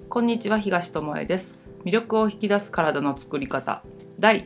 こんにちは、東智恵です。魅力を引き出す体の作り方第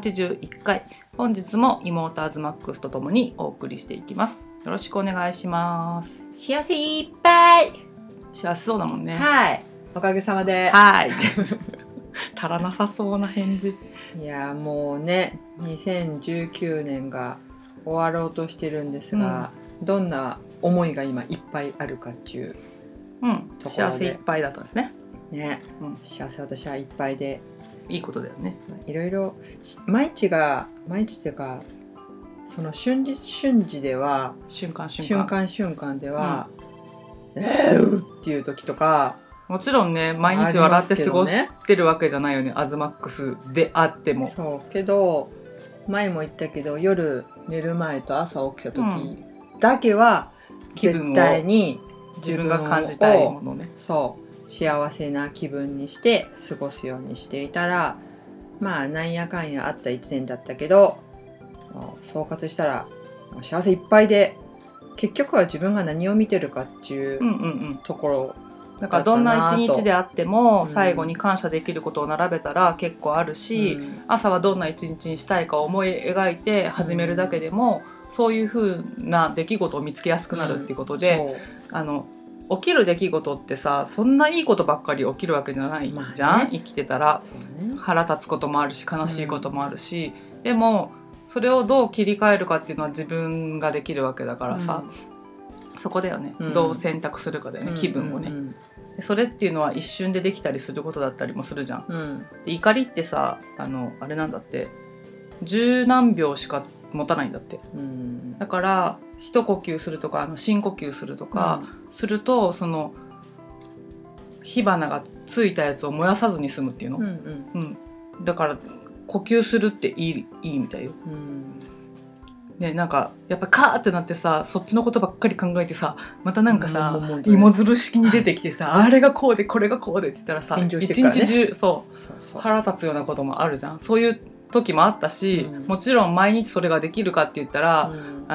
181回、本日も妹アズマックスとともにお送りしていきます。よろしくお願いします。 幸せいっぱい。 幸せそうだもんね。 はい、おかげさまで。 はい足らなさそうな返事。 いやもうね、2019年が終わろうとしてるんですが、どんな思いが今いっぱいあるかっていうところで、 幸せいっぱいだったんですね。 ね、幸せ私はいっぱいで、 いいことだよね。 いろいろ毎日っていうか、その瞬時では瞬間では、っていう時とか、 もちろんね、毎日笑って過ごしてるわけじゃないよね、アズマックスであっても。 そうけど、前も言ったけど、夜寝る前と朝起きた時だけは絶対に自分が感じたいものね、 そう幸せな気分にして過ごすようにしていたら、まあなんやかんやあった1年だったけど、総括したら幸せいっぱいで、結局は自分が何を見てるかっていうところ、 だからどんな一日であっても最後に感謝できることを並べたら結構あるし、朝はどんな一日にしたいか思い描いて始めるだけでも、そういう風な出来事を見つけやすくなるっていうことで、起きる出来事ってさ、そんないいことばっかり起きるわけじゃないじゃん、生きてたら。腹立つこともあるし、悲しいこともあるし、でもそれをどう切り替えるかっていうのは自分ができるわけだからさ、そこだよね、どう選択するかだよね、気分をね。でそれっていうのは一瞬でできたりすることだったりもするじゃん。で怒りってさ、あれなんだって、十何秒しか持たないんだって。だから一呼吸するとか深呼吸するとかすると、その火花がついたやつを燃やさずに済むっていうの、だから呼吸するっていいみたいよ。ね、なんかやっぱカーってなってさ、そっちのことばっかり考えてさ、またなんかさ、芋づる式に出てきてさ、あれがこうでこれがこうでって言ったらさ、一日中そう腹立つようなこともあるじゃん。そういう時もあったし、もちろん毎日それができるかって言ったら、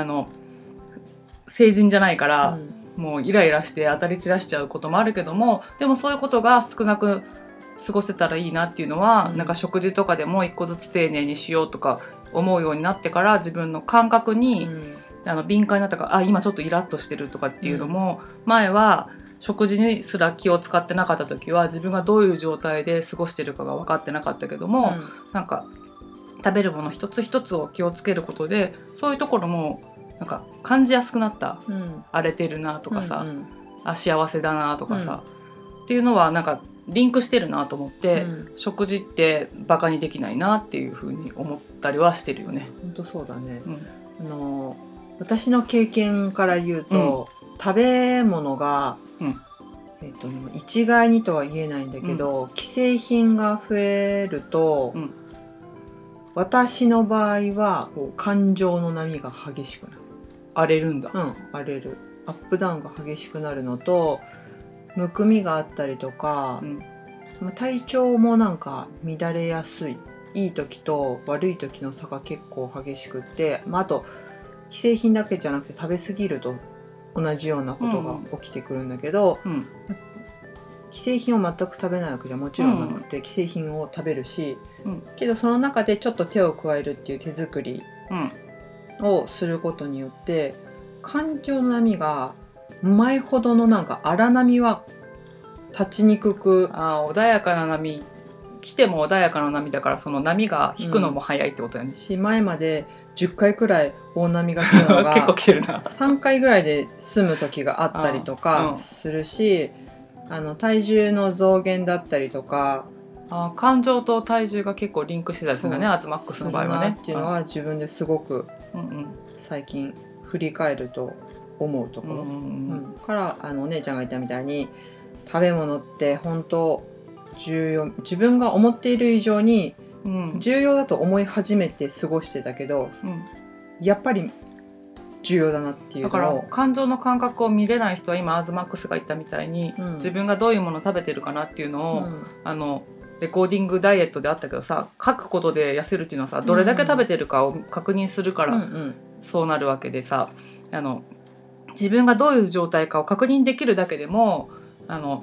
成人じゃないから、もうイライラして当たり散らしちゃうこともあるけども、でもそういうことが少なく過ごせたらいいなっていうのは、なんか食事とかでも一個ずつ丁寧にしようとか思うようになってから、自分の感覚に、敏感になったから、今ちょっとイラッとしてるとかっていうのも、前は食事にすら気を使ってなかった時は自分がどういう状態で過ごしてるかが分かってなかったけども、なんか食べるもの一つ一つを気をつけることで、そういうところもなんか感じやすくなった、荒れてるなとかさ、幸せだなとかさ、っていうのはなんかリンクしてるなと思って、食事ってバカにできないなっていう風に思ったりはしてるよね。 本当そうだね、私の経験から言うと、食べ物が、一概にとは言えないんだけど、既製品が増えると、私の場合は感情の波が激しくなる。 荒れるんだ。 荒れる。アップダウンが激しくなるのと、むくみがあったりとか、体調もなんか乱れやすい。いい時と悪い時の差が結構激しくって、あと既製品だけじゃなくて食べ過ぎると同じようなことが起きてくるんだけど、既製品を全く食べないわけじゃもちろんなくて、既製品を食べるし、けどその中でちょっと手を加えるっていう手作りをすることによって、感情の波が前ほどのなんか荒波は立ちにくく、 穏やかな波来ても穏やかな波だから、その波が引くのも早いってことやね。 前まで10回くらい大波が来たのが結構来てるな。 3回ぐらいで済む時があったりとかするし、体重の増減だったりとか、 感情と体重が結構リンクしてたりするんだね、アズマックスの場合はね。 っていうのは自分ですごく最近振り返ると思うところ、からお姉ちゃんが言ったみたいに、食べ物って本当重要、自分が思っている以上に重要だと思い始めて過ごしてたけど、やっぱり重要だなっていうのを。 だから感情の感覚を見れない人は、今アズマックスが言ったみたいに、自分がどういうものを食べてるかなっていうのを、レコーディングダイエットであったけどさ、書くことで痩せるっていうのはさ、どれだけ食べてるかを確認するからそうなるわけでさ、自分がどういう状態かを確認できるだけでも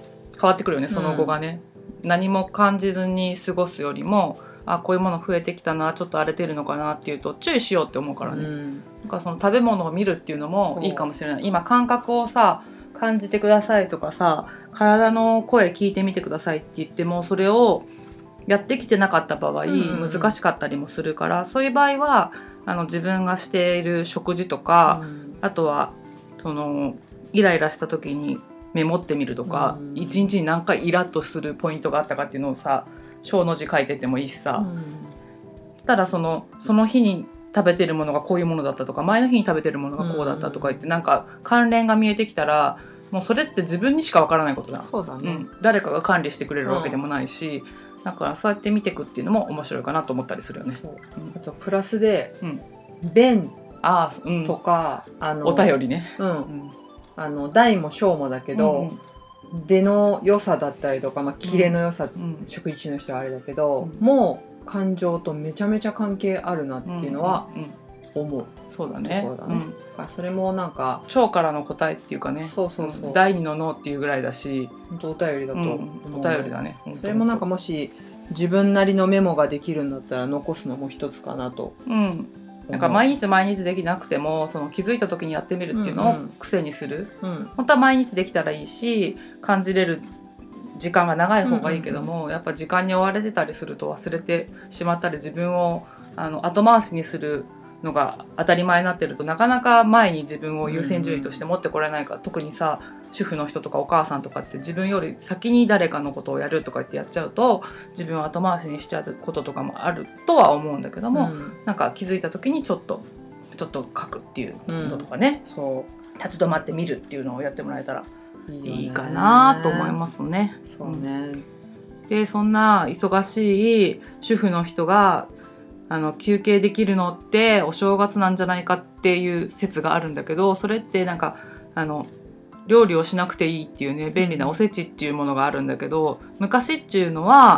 変わってくるよね、その後がね、何も感じずに過ごすよりもこういうもの増えてきたな、ちょっと荒れてるのかなっていうと注意しようって思うからね、だからその食べ物を見るっていうのもいいかもしれない。今感覚をさ感じてくださいとかさ、体の声聞いてみてくださいって言ってもそれをやってきてなかった場合、難しかったりもするから、そういう場合は自分がしている食事とか、あとはそのイライラした時にメモってみるとか、一日に何回イラッとするポイントがあったかっていうのをさ小の字書いてってもいいしさ、そしたらその日に食べてるものがこういうものだったとか、前の日に食べてるものがこうだったとか言って、なんか関連が見えてきたらもうそれって自分にしかわからないことだ。 そうだね、 誰かが管理してくれるわけでもないし、だからそうやって見ていくっていうのも面白いかなと思ったりするよね。 あとプラスで、便とか、 お便りね、 大も小もだけど、出の良さだったりとか、キレの良さ、食一の人はあれだけど、もう感情とめちゃめちゃ関係あるなっていうのは思う。 そうだね。 それもなんか腸からの答えっていうかね、第二の脳っていうぐらいだし、 本当お便りだと思う。 お便りだね。 それもなんかもし自分なりのメモができるんだったら残すのも一つかなと。 なんか毎日できなくてもその気づいた時にやってみるっていうのを癖にする、本当は毎日できたらいいし、感じれる時間が長い方がいいけども、やっぱ時間に追われてたりすると忘れてしまったり、自分を後回しにするのが当たり前になってると、なかなか前に自分を優先順位として持ってこれないから、特にさ主婦の人とかお母さんとかって自分より先に誰かのことをやるとか言ってやっちゃうと、自分を後回しにしちゃうこととかもあるとは思うんだけども、なんか気づいた時にちょっと書くっていうのとかね、立ち止まってみるっていうのをやってもらえたらいいかなと思いますね。 そうね。 でそんな忙しい主婦の人が休憩できるのってお正月なんじゃないかっていう説があるんだけど、それってなんか料理をしなくていいっていうね便利なおせちっていうものがあるんだけど、昔っていうのは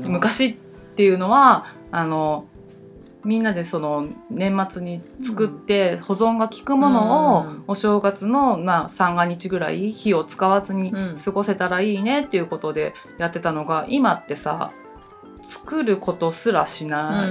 みんなでその年末に作って保存が効くものをお正月の三が日ぐらい火を使わずに過ごせたらいいねっていうことでやってたのが、今ってさ作ることすらしない、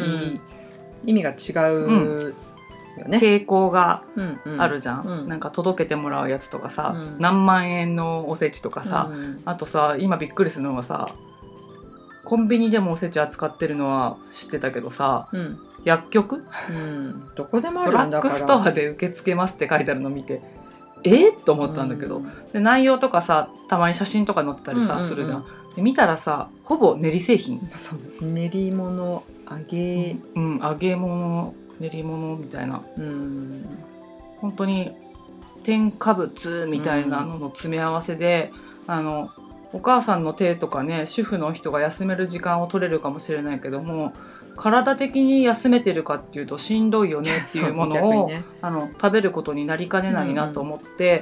意味が違うよね、 傾向があるじゃん、なんか届けてもらうやつとかさ、何万円のおせちとかさ、あとさ今びっくりするのがさ、コンビニでもおせち扱ってるのは知ってたけどさ、薬局、 どこでもあるんだから、 ドラッグストアで受け付けますって書いてあるの見てと思ったんだけど、で内容とかさたまに写真とか載ってたりさ、するじゃん。で見たらさほぼ練り製品、 練り物、揚げ物、練り物みたいな、本当に添加物みたいなのの詰め合わせで、お母さんの手とかね、主婦の人が休める時間を取れるかもしれないけども、体的に休めてるかっていうとしんどいよねっていうものを、食べることになりかねないなと思って、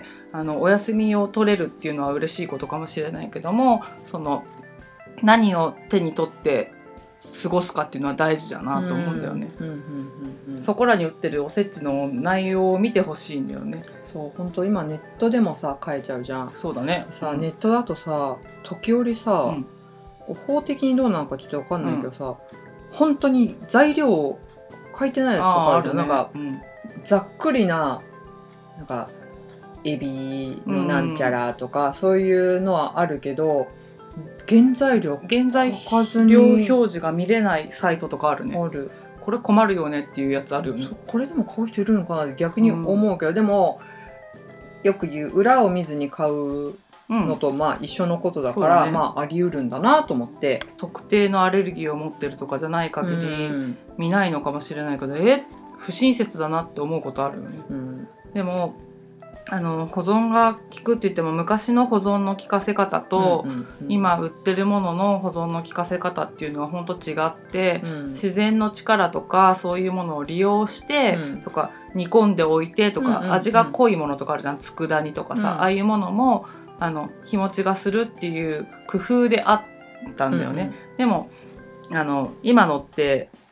お休みを取れるっていうのは嬉しいことかもしれないけども、その何を手に取って過ごすかっていうのは大事だなと思うんだよね。そこらに売ってるおせちの内容を見てほしいんだよね。 そう本当今ネットでもさ買えちゃうじゃん。 そうだね。 ネットだとさ時折さ、法的にどうなのかちょっと分かんないけどさ、本当に材料書いてないやつとかあるよね。なんか、ざっくりななんかエビのなんちゃらとか、そういうのはあるけど、原材料表示が見れないサイトとかあるね。 ある。 これ困るよねっていうやつあるよね。 これでも買う人いるのかなって逆に思うけど、でもよく言う裏を見ずに買うのと一緒のことだから、あり得るんだなと思って。 特定のアレルギーを持ってるとかじゃない限り見ないのかもしれないけど、不親切だなって思うことあるよね。でも保存が効くって言っても、昔の保存の効かせ方と今売ってるものの保存の効かせ方っていうのは本当違って、自然の力とかそういうものを利用して、とか煮込んでおいてとか、味が濃いものとかあるじゃん、佃煮とかさ、ああいうものも日持ちがするっていう工夫であったんだよね。でも今のって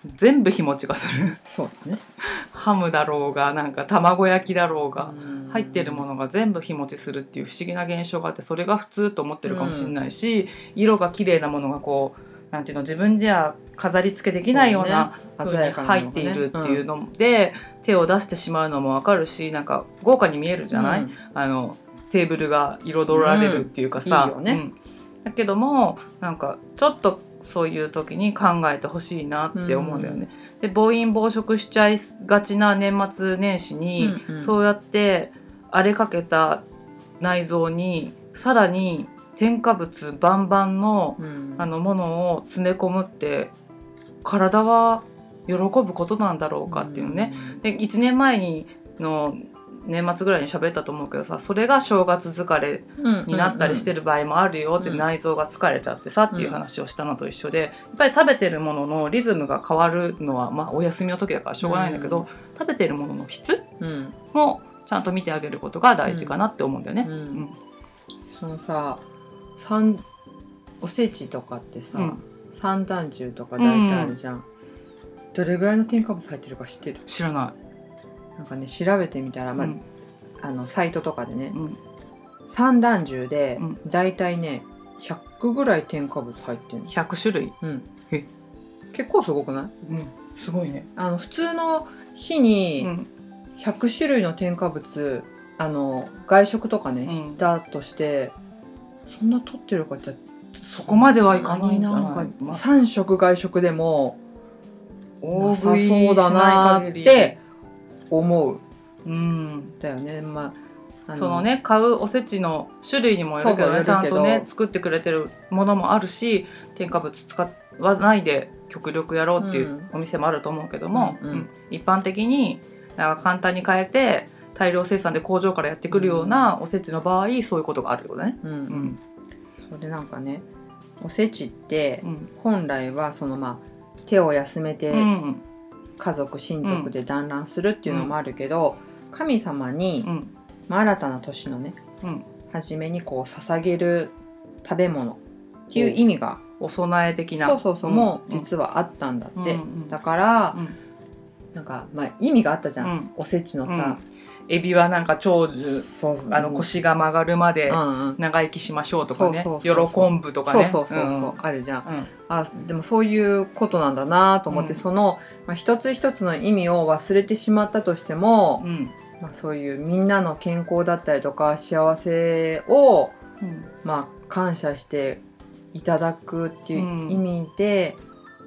全部日持ちがする。 そうだね。 ハムだろうがなんか卵焼きだろうが入ってるものが全部日持ちするっていう不思議な現象があって、それが普通と思ってるかもしれないし、色が綺麗なものがこうなんていうの、自分では飾り付けできないような風に入っているっていうので手を出してしまうのも分かるし、なんか豪華に見えるじゃない、テーブルが彩られるっていうかさ、 いいよね。 だけどもなんかちょっとそういう時に考えてほしいなって思うんだよね。で暴飲暴食しちゃいがちな年末年始に、そうやって荒れかけた内臓にさらに添加物バンバンの、ものを詰め込むって体は喜ぶことなんだろうかっていうね。で1年前の年末ぐらいに喋ったと思うけどさ、それが正月疲れになったりしてる場合もあるよって、内臓が疲れちゃってさっていう話をしたのと一緒で、やっぱり食べてるもののリズムが変わるのは、まあお休みの時だからしょうがないんだけど、食べてるものの質もちゃんと見てあげることが大事かなって思うんだよね。 そのさ、おせちとかってさ、三段重とか大体あるじゃん。どれぐらいの添加物入ってるか知ってる？ 知らない。 なんかね、調べてみたら、サイトとかでね、三段重でだいたいね100ぐらい添加物入ってるの。 100種類？ 結構すごくない？ すごいね。 普通の日に100種類の添加物、外食とかねしたとして、そんな取ってるかってそこまではいかないんじゃない？ なんか3食外食でも大なさ食いそうだなって思う。だよね。 そのね、買うおせちの種類にもよるけどね、ちゃんとね作ってくれてるものもあるし、添加物使わないで極力やろうっていうお店もあると思うけども、一般的になんか簡単に変えて大量生産で工場からやってくるようなおせちの場合、そういうことがあるよね。 それなんかね、おせちって本来はその手を休めて家族親族で団らんするっていうのもあるけど、神様に、新たな年のね、初めにこう捧げる食べ物っていう意味がお供え的なも実はあったんだって。だから、なんか意味があったじゃん、おせちのさ。 エビはなんか長寿、腰が曲がるまで長生きしましょうとかね、喜ぶとかね、 あるじゃん。でもそういうことなんだなと思って、その、一つ一つの意味を忘れてしまったとしても、そういうみんなの健康だったりとか幸せを、感謝していただくっていう意味で、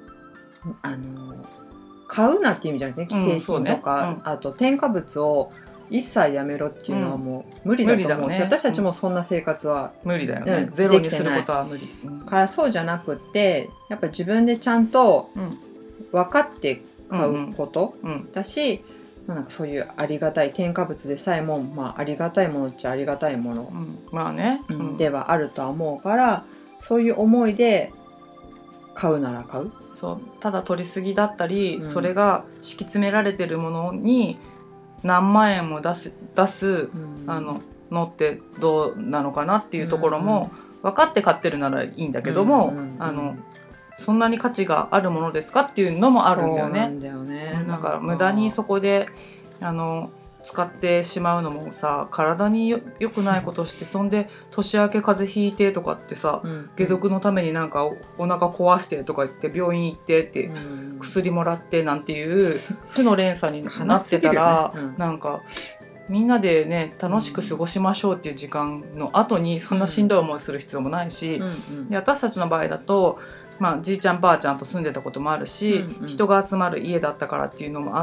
買うなっていう意味じゃなくて、既製品とか、あと添加物を一切やめろっていうのはもう無理だと思うし、私たちもそんな生活は無理だよね。ゼロにすることは無理。 からそうじゃなくってやっぱ自分でちゃんと分かって買うことだし、なんかそういうありがたい添加物でさえも、ありがたいものっちゃありがたいもの、ではあるとは思うから、そういう思いで買うなら買う。 ただ取りすぎだったり、それが敷き詰められてるものに何万円も出すのってどうなのかなっていうところも分かって買ってるならいいんだけども、そんなに価値があるものですかっていうのもあるんだよね。なんか無駄にそこで使ってしまうのもさ、体に良くないことして、そんで年明け風邪ひいてとかってさ、解毒のためになんかお腹壊してとか言って病院行ってって薬もらってなんていう負の連鎖になってたら、なんかみんなでね楽しく過ごしましょうっていう時間の後にそんなしんどい思いする必要もないし、で私たちの場合だとじいちゃんばあちゃんと住んでたこともあるし、人が集まる家だったからっていうのもあって、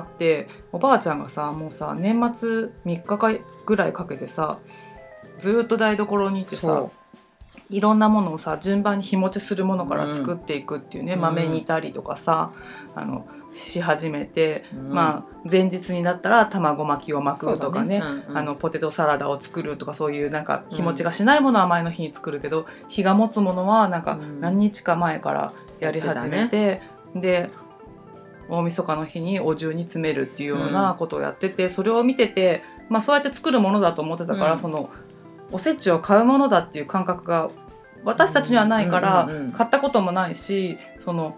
おばあちゃんがさもうさ年末3日ぐらいかけてさずっと台所にいてさ、いろんなものをさ順番に日持ちするものから作っていくっていうね、豆煮たりとかさし始めて、前日になったら卵巻きを巻くとかね、ポテトサラダを作るとか、そういうなんか日持ちがしないものは前の日に作るけど、日が持つものはなんか何日か前からやり始めて、で大晦日の日にお重に詰めるっていうようなことをやってて、それを見てて、そうやって作るものだと思ってたから、そのおせちを買うものだっていう感覚が私たちにはないから、買ったこともないし、その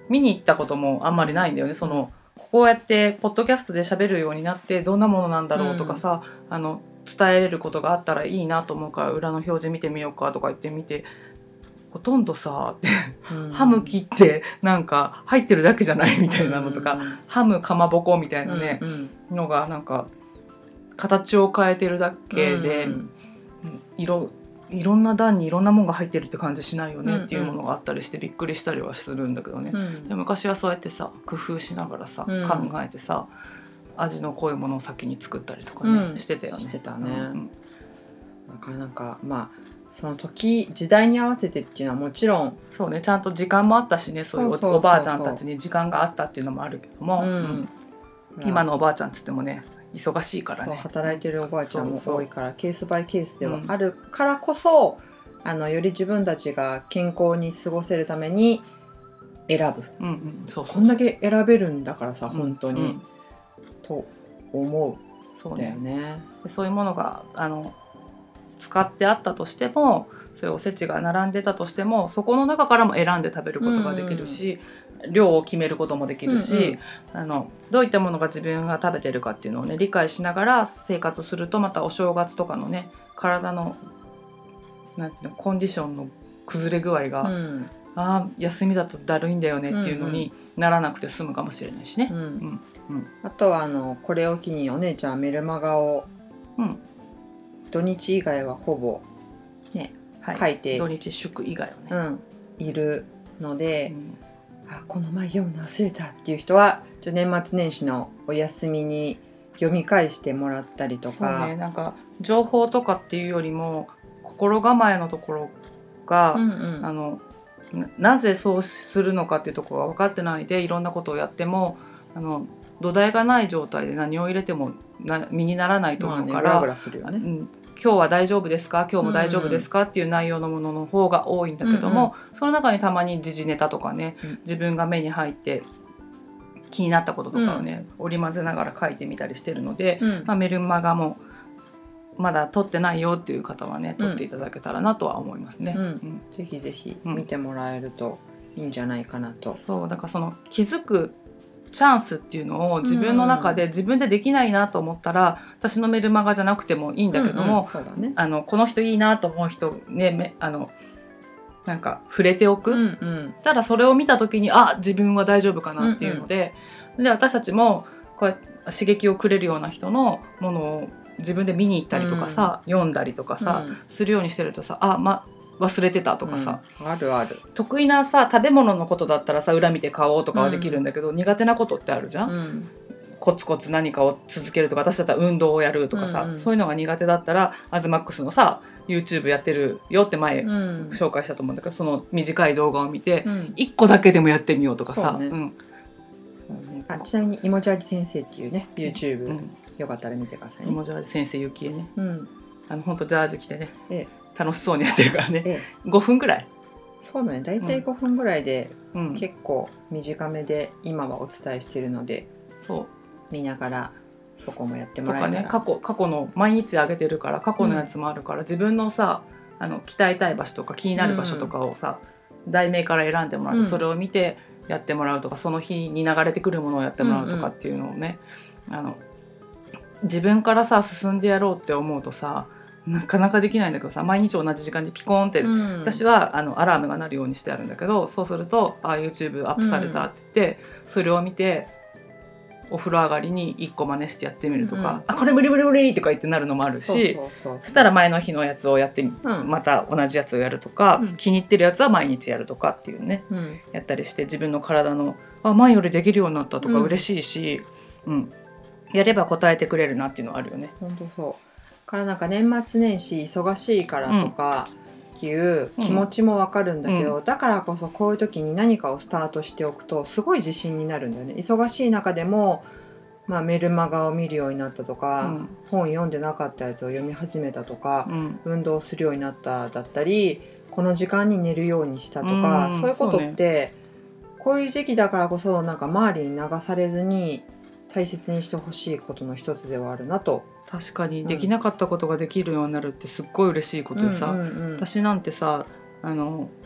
見に行ったこともあんまりないんだよね。こうやってポッドキャストで喋るようになってどんなものなんだろうとかさ、伝えれることがあったらいいなと思うから裏の表示見てみようかとか言ってみて、ほとんどさハム切ってなんか入ってるだけじゃないみたいなのとか、ハムかまぼこみたいなね、のがなんか形を変えてるだけで、いろんな段にいろんなものが入ってるって感じしないよねっていうものがあったりしてびっくりしたりはするんだけどね、で昔はそうやってさ工夫しながらさ、考えてさ味の濃いものを先に作ったりとかね、してたよね。 してたね、なかなかその時代に合わせてっていうのはもちろんそうね、ちゃんと時間もあったしね、そういうおばあちゃんたちに時間があったっていうのもあるけども、今のおばあちゃんっつってもね忙しいからね、 働いてるおばあちゃんも多いからケースバイケースではあるからこそ、より自分たちが健康に過ごせるために選ぶ、こんだけ選べるんだからさ、本当に、と思う。 そうだよね。そういうものが使ってあったとしても、そういうおせちが並んでたとしても、そこの中からも選んで食べることができるし、量を決めることもできるし、どういったものが自分が食べてるかっていうのをね理解しながら生活すると、またお正月とかのね体のなんていうのコンディションの崩れ具合が、休みだとだるいんだよねっていうのにならなくて済むかもしれないしね。 あとはこれを機にお姉ちゃんはメルマガを、土日以外はほぼね、書いて土日祝以外はね、 いるので、この前読むの忘れたっていう人は年末年始のお休みに読み返してもらったりとか、 そうね、なんか情報とかっていうよりも心構えのところが、なぜそうするのかっていうところが分かってないでいろんなことをやっても土台がない状態で何を入れても身にならないと思うから、今日は大丈夫ですか、今日も大丈夫ですかっていう内容のものの方が多いんだけども、その中にたまに時事ネタとかね、自分が目に入って気になったこととかをね、織り交ぜながら書いてみたりしてるので、メルマガもまだ撮ってないよっていう方はね撮っていただけたらなとは思いますね。 ぜひぜひ見てもらえるといいんじゃないかなと。 そうだからその気づくチャンスっていうのを自分の中で自分でできないなと思ったら、私のメルマガじゃなくてもいいんだけども、この人いいなと思う人ね、なんか触れておく、ただそれを見た時に自分は大丈夫かなっていうので、で私たちもこうやって刺激をくれるような人のものを自分で見に行ったりとかさ、読んだりとかさ、するようにしてるとさ忘れてたとかさ、 あるある。 得意なさ食べ物のことだったらさ裏見て買おうとかはできるんだけど、苦手なことってあるじゃん、コツコツ何かを続けるとか、私だったら運動をやるとかさ、そういうのが苦手だったらアズマックスのさ YouTube やってるよって前紹介したと思うんだけど、その短い動画を見て1個だけでもやってみようとかさ、 ちなみにいもちゃじ先生っていうね YouTube、よかったら見てくださいね。 いもちゃじ先生ゆきえね、ほんとジャージ着てね、楽しそうにやってるからね、5分くらい。 そうだね、だいたい5分ぐらいで、結構短めで今はお伝えしてるので、 そう見ながらそこもやってもらえたらとかね、過去の毎日上げてるから過去のやつもあるから、自分のさ鍛えたい場所とか気になる場所とかをさ、題名から選んでもらって、それを見てやってもらうとか、その日に流れてくるものをやってもらうとかっていうのをね、自分からさ進んでやろうって思うとさなかなかできないんだけどさ、毎日同じ時間にピコーンって、私はアラームが鳴るようにしてあるんだけど、そうするとYouTube アップされたって言って、それを見てお風呂上がりに1個真似してやってみるとか、これ無理無理無理とか言ってなるのもあるし、そしたら前の日のやつをやってまた同じやつをやるとか、気に入ってるやつは毎日やるとかっていうね、やったりして自分の体の前よりできるようになったとか嬉しいし、やれば答えてくれるなっていうのはあるよね。 本当そうからなんか年末年始忙しいからとかっていう気持ちもわかるんだけど、だからこそこういう時に何かをスタートしておくとすごい自信になるんだよね。忙しい中でも、メルマガを見るようになったとか、本読んでなかったやつを読み始めたとか、運動するようになっただったり、この時間に寝るようにしたとか、そういうことってこういう時期だからこそなんか周りに流されずに大切にしてほしいことの一つではあるなと。 確かにできなかったことができるようになるってすっごい嬉しいことでさ、私なんてさ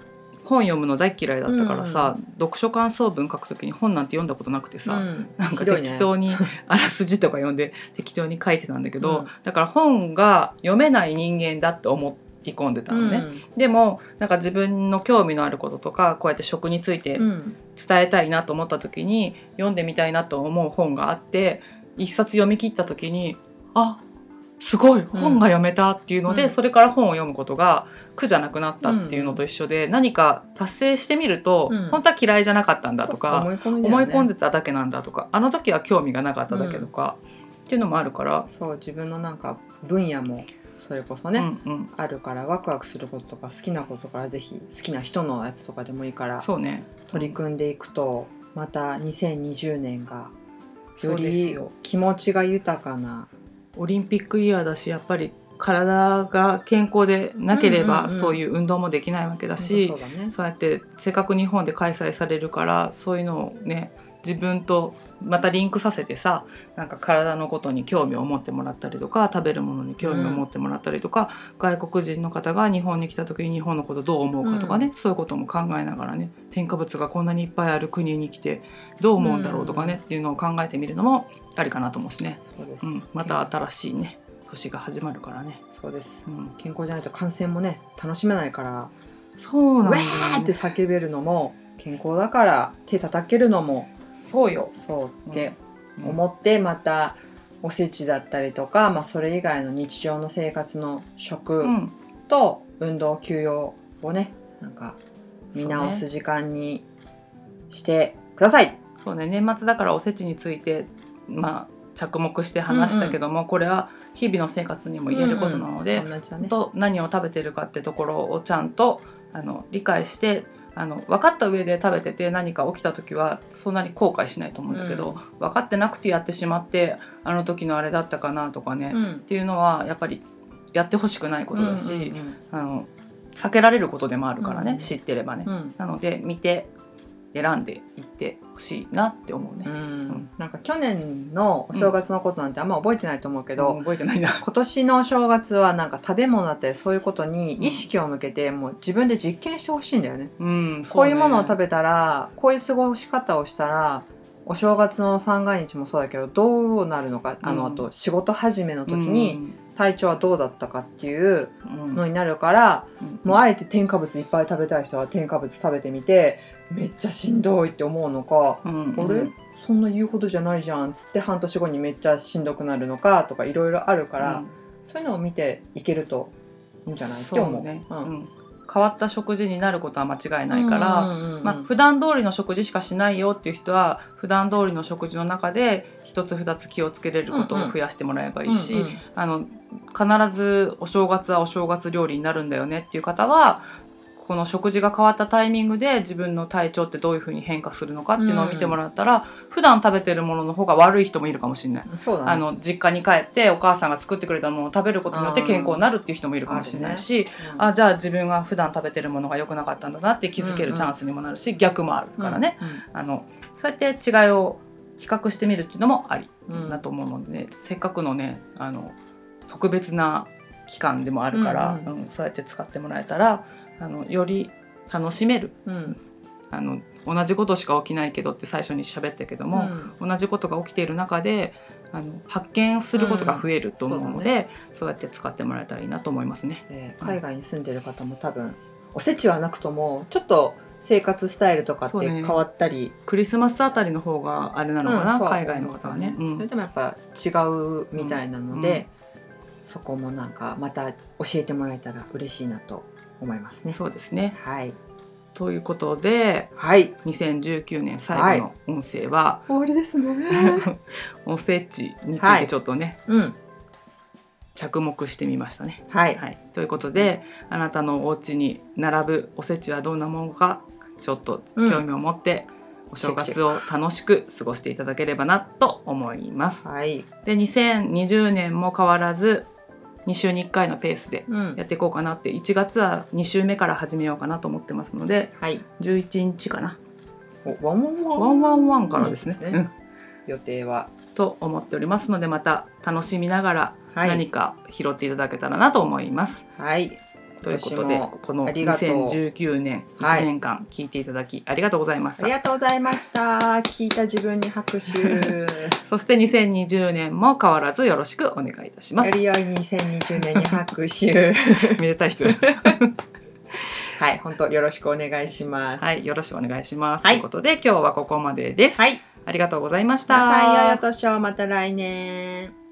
本読むの大嫌いだったからさ、読書感想文書くときに本なんて読んだことなくてさ、なんか適当にあらすじとか読んで適当に書いてたんだけど、だから本が読めない人間だって思い込んでたのね、でもなんか自分の興味のあることとかこうやって食について伝えたいなと思った時に読んでみたいなと思う本があって、一冊読み切った時にすごい本が読めたっていうので、それから本を読むことが苦じゃなくなったっていうのと一緒で、何か達成してみると、本当は嫌いじゃなかったんだとか、思い込んでただけなんだとか、あの時は興味がなかっただけとか、っていうのもあるから、 そう自分のなんか分野もそれこそね、あるからワクワクすることとか好きなことからぜひ好きな人のやつとかでもいいから取り組んでいくと、また2020年がより気持ちが豊かなオリンピックイヤーだし、やっぱり体が健康でなければそういう運動もできないわけだし、そうやってせっかく日本で開催されるからそういうのをね自分とまたリンクさせてさ、なんか体のことに興味を持ってもらったりとか、食べるものに興味を持ってもらったりとか、外国人の方が日本に来た時に日本のことどう思うかとかね、そういうことも考えながらね、添加物がこんなにいっぱいある国に来てどう思うんだろうとかね、っていうのを考えてみるのもありかなと思うしね。 そうです、 また新しいね年が始まるからね。 そうです、健康じゃないと感染もね楽しめないから、 そうなんだよね、 ウェーって叫べるのも健康だから、手叩けるのもそうよ、 そうって思って、またおせちだったりとか、それ以外の日常の生活の食と運動休養をね、なんか見直す時間にしてください。 そうね、年末だからおせちについて着目して話したけども、これは日々の生活にも言えることなので、何を食べてるかってところをちゃんと理解して分かった上で食べてて何か起きた時はそんなに後悔しないと思うんだけど、分かってなくてやってしまってあの時のあれだったかなとかね、っていうのはやっぱりやってほしくないことだし、避けられることでもあるからね、知ってればね、なので見て選んでいってほしいなって思うね。 なんか去年のお正月のことなんてあんま覚えてないと思うけど、 覚えてないな。 今年のお正月はなんか食べ物だったりそういうことに意識を向けて、もう自分で実験してほしいんだよね。こういうものを食べたら、こういう過ごし方をしたらお正月の三が日もそうだけどどうなるのか、あと仕事始めの時に体調はどうだったかっていうのになるから、もうあえて添加物いっぱい食べたい人は添加物食べてみて、めっちゃしんどいって思うのか、俺そんな言うほどじゃないじゃんつって半年後にめっちゃしんどくなるのかとかいろいろあるから、そういうのを見ていけるといいんじゃないって思う。 変わった食事になることは間違いないから、普段通りの食事しかしないよっていう人は普段通りの食事の中で一つ二つ気をつけれることを増やしてもらえばいいし、必ずお正月はお正月料理になるんだよねっていう方はこの食事が変わったタイミングで自分の体調ってどういう風に変化するのかっていうのを見てもらったら、普段食べてるものの方が悪い人もいるかもしれない。実家に帰ってお母さんが作ってくれたものを食べることによって健康になるっていう人もいるかもしれないし、じゃあ自分が普段食べてるものが良くなかったんだなって気づけるチャンスにもなるし、逆もあるからね、そうやって違いを比較してみるっていうのもありだと思うので、ね、せっかくのね特別な期間でもあるから、そうやって使ってもらえたらより楽しめる、同じことしか起きないけどって最初に喋ったけども、同じことが起きている中で発見することが増えると思うので、そうやって使ってもらえたらいいなと思いますね。 海外に住んでる方も多分おせちはなくともちょっと生活スタイルとかって変わったり、 クリスマスあたりの方があれなのかな、海外の方はね、 それでもやっぱ違うみたいなので、そこもなんかまた教えてもらえたら嬉しいなと思いますね。 そうですね。 はい。 ということで、2019年最後の音声は、 終わりですね。 おせちについてちょっとね、着目してみましたね。ということで、あなたのお家に並ぶおせちはどんなものかちょっと興味を持って、お正月を楽しく過ごしていただければなと思います。で、2020年も変わらず2週に1回のペースでやっていこうかなって、1月は2週目から始めようかなと思ってますので、11日かな、 ワンワンワンからですね、 予定はと思っておりますので、また楽しみながら何か拾っていただけたらなと思います。 ということでこの2019年1年間聞いていただきありがとうございました。 ありがとうございました。聞いた自分に拍手そして2020年も変わらずよろしくお願いいたします。 より良い2020年に拍手めでたい人はい、本当よろしくお願いします。 はい、よろしくお願いします、ということで今日はここまでです。 はい、 ありがとうございました。 皆さん良いお年を、また来年。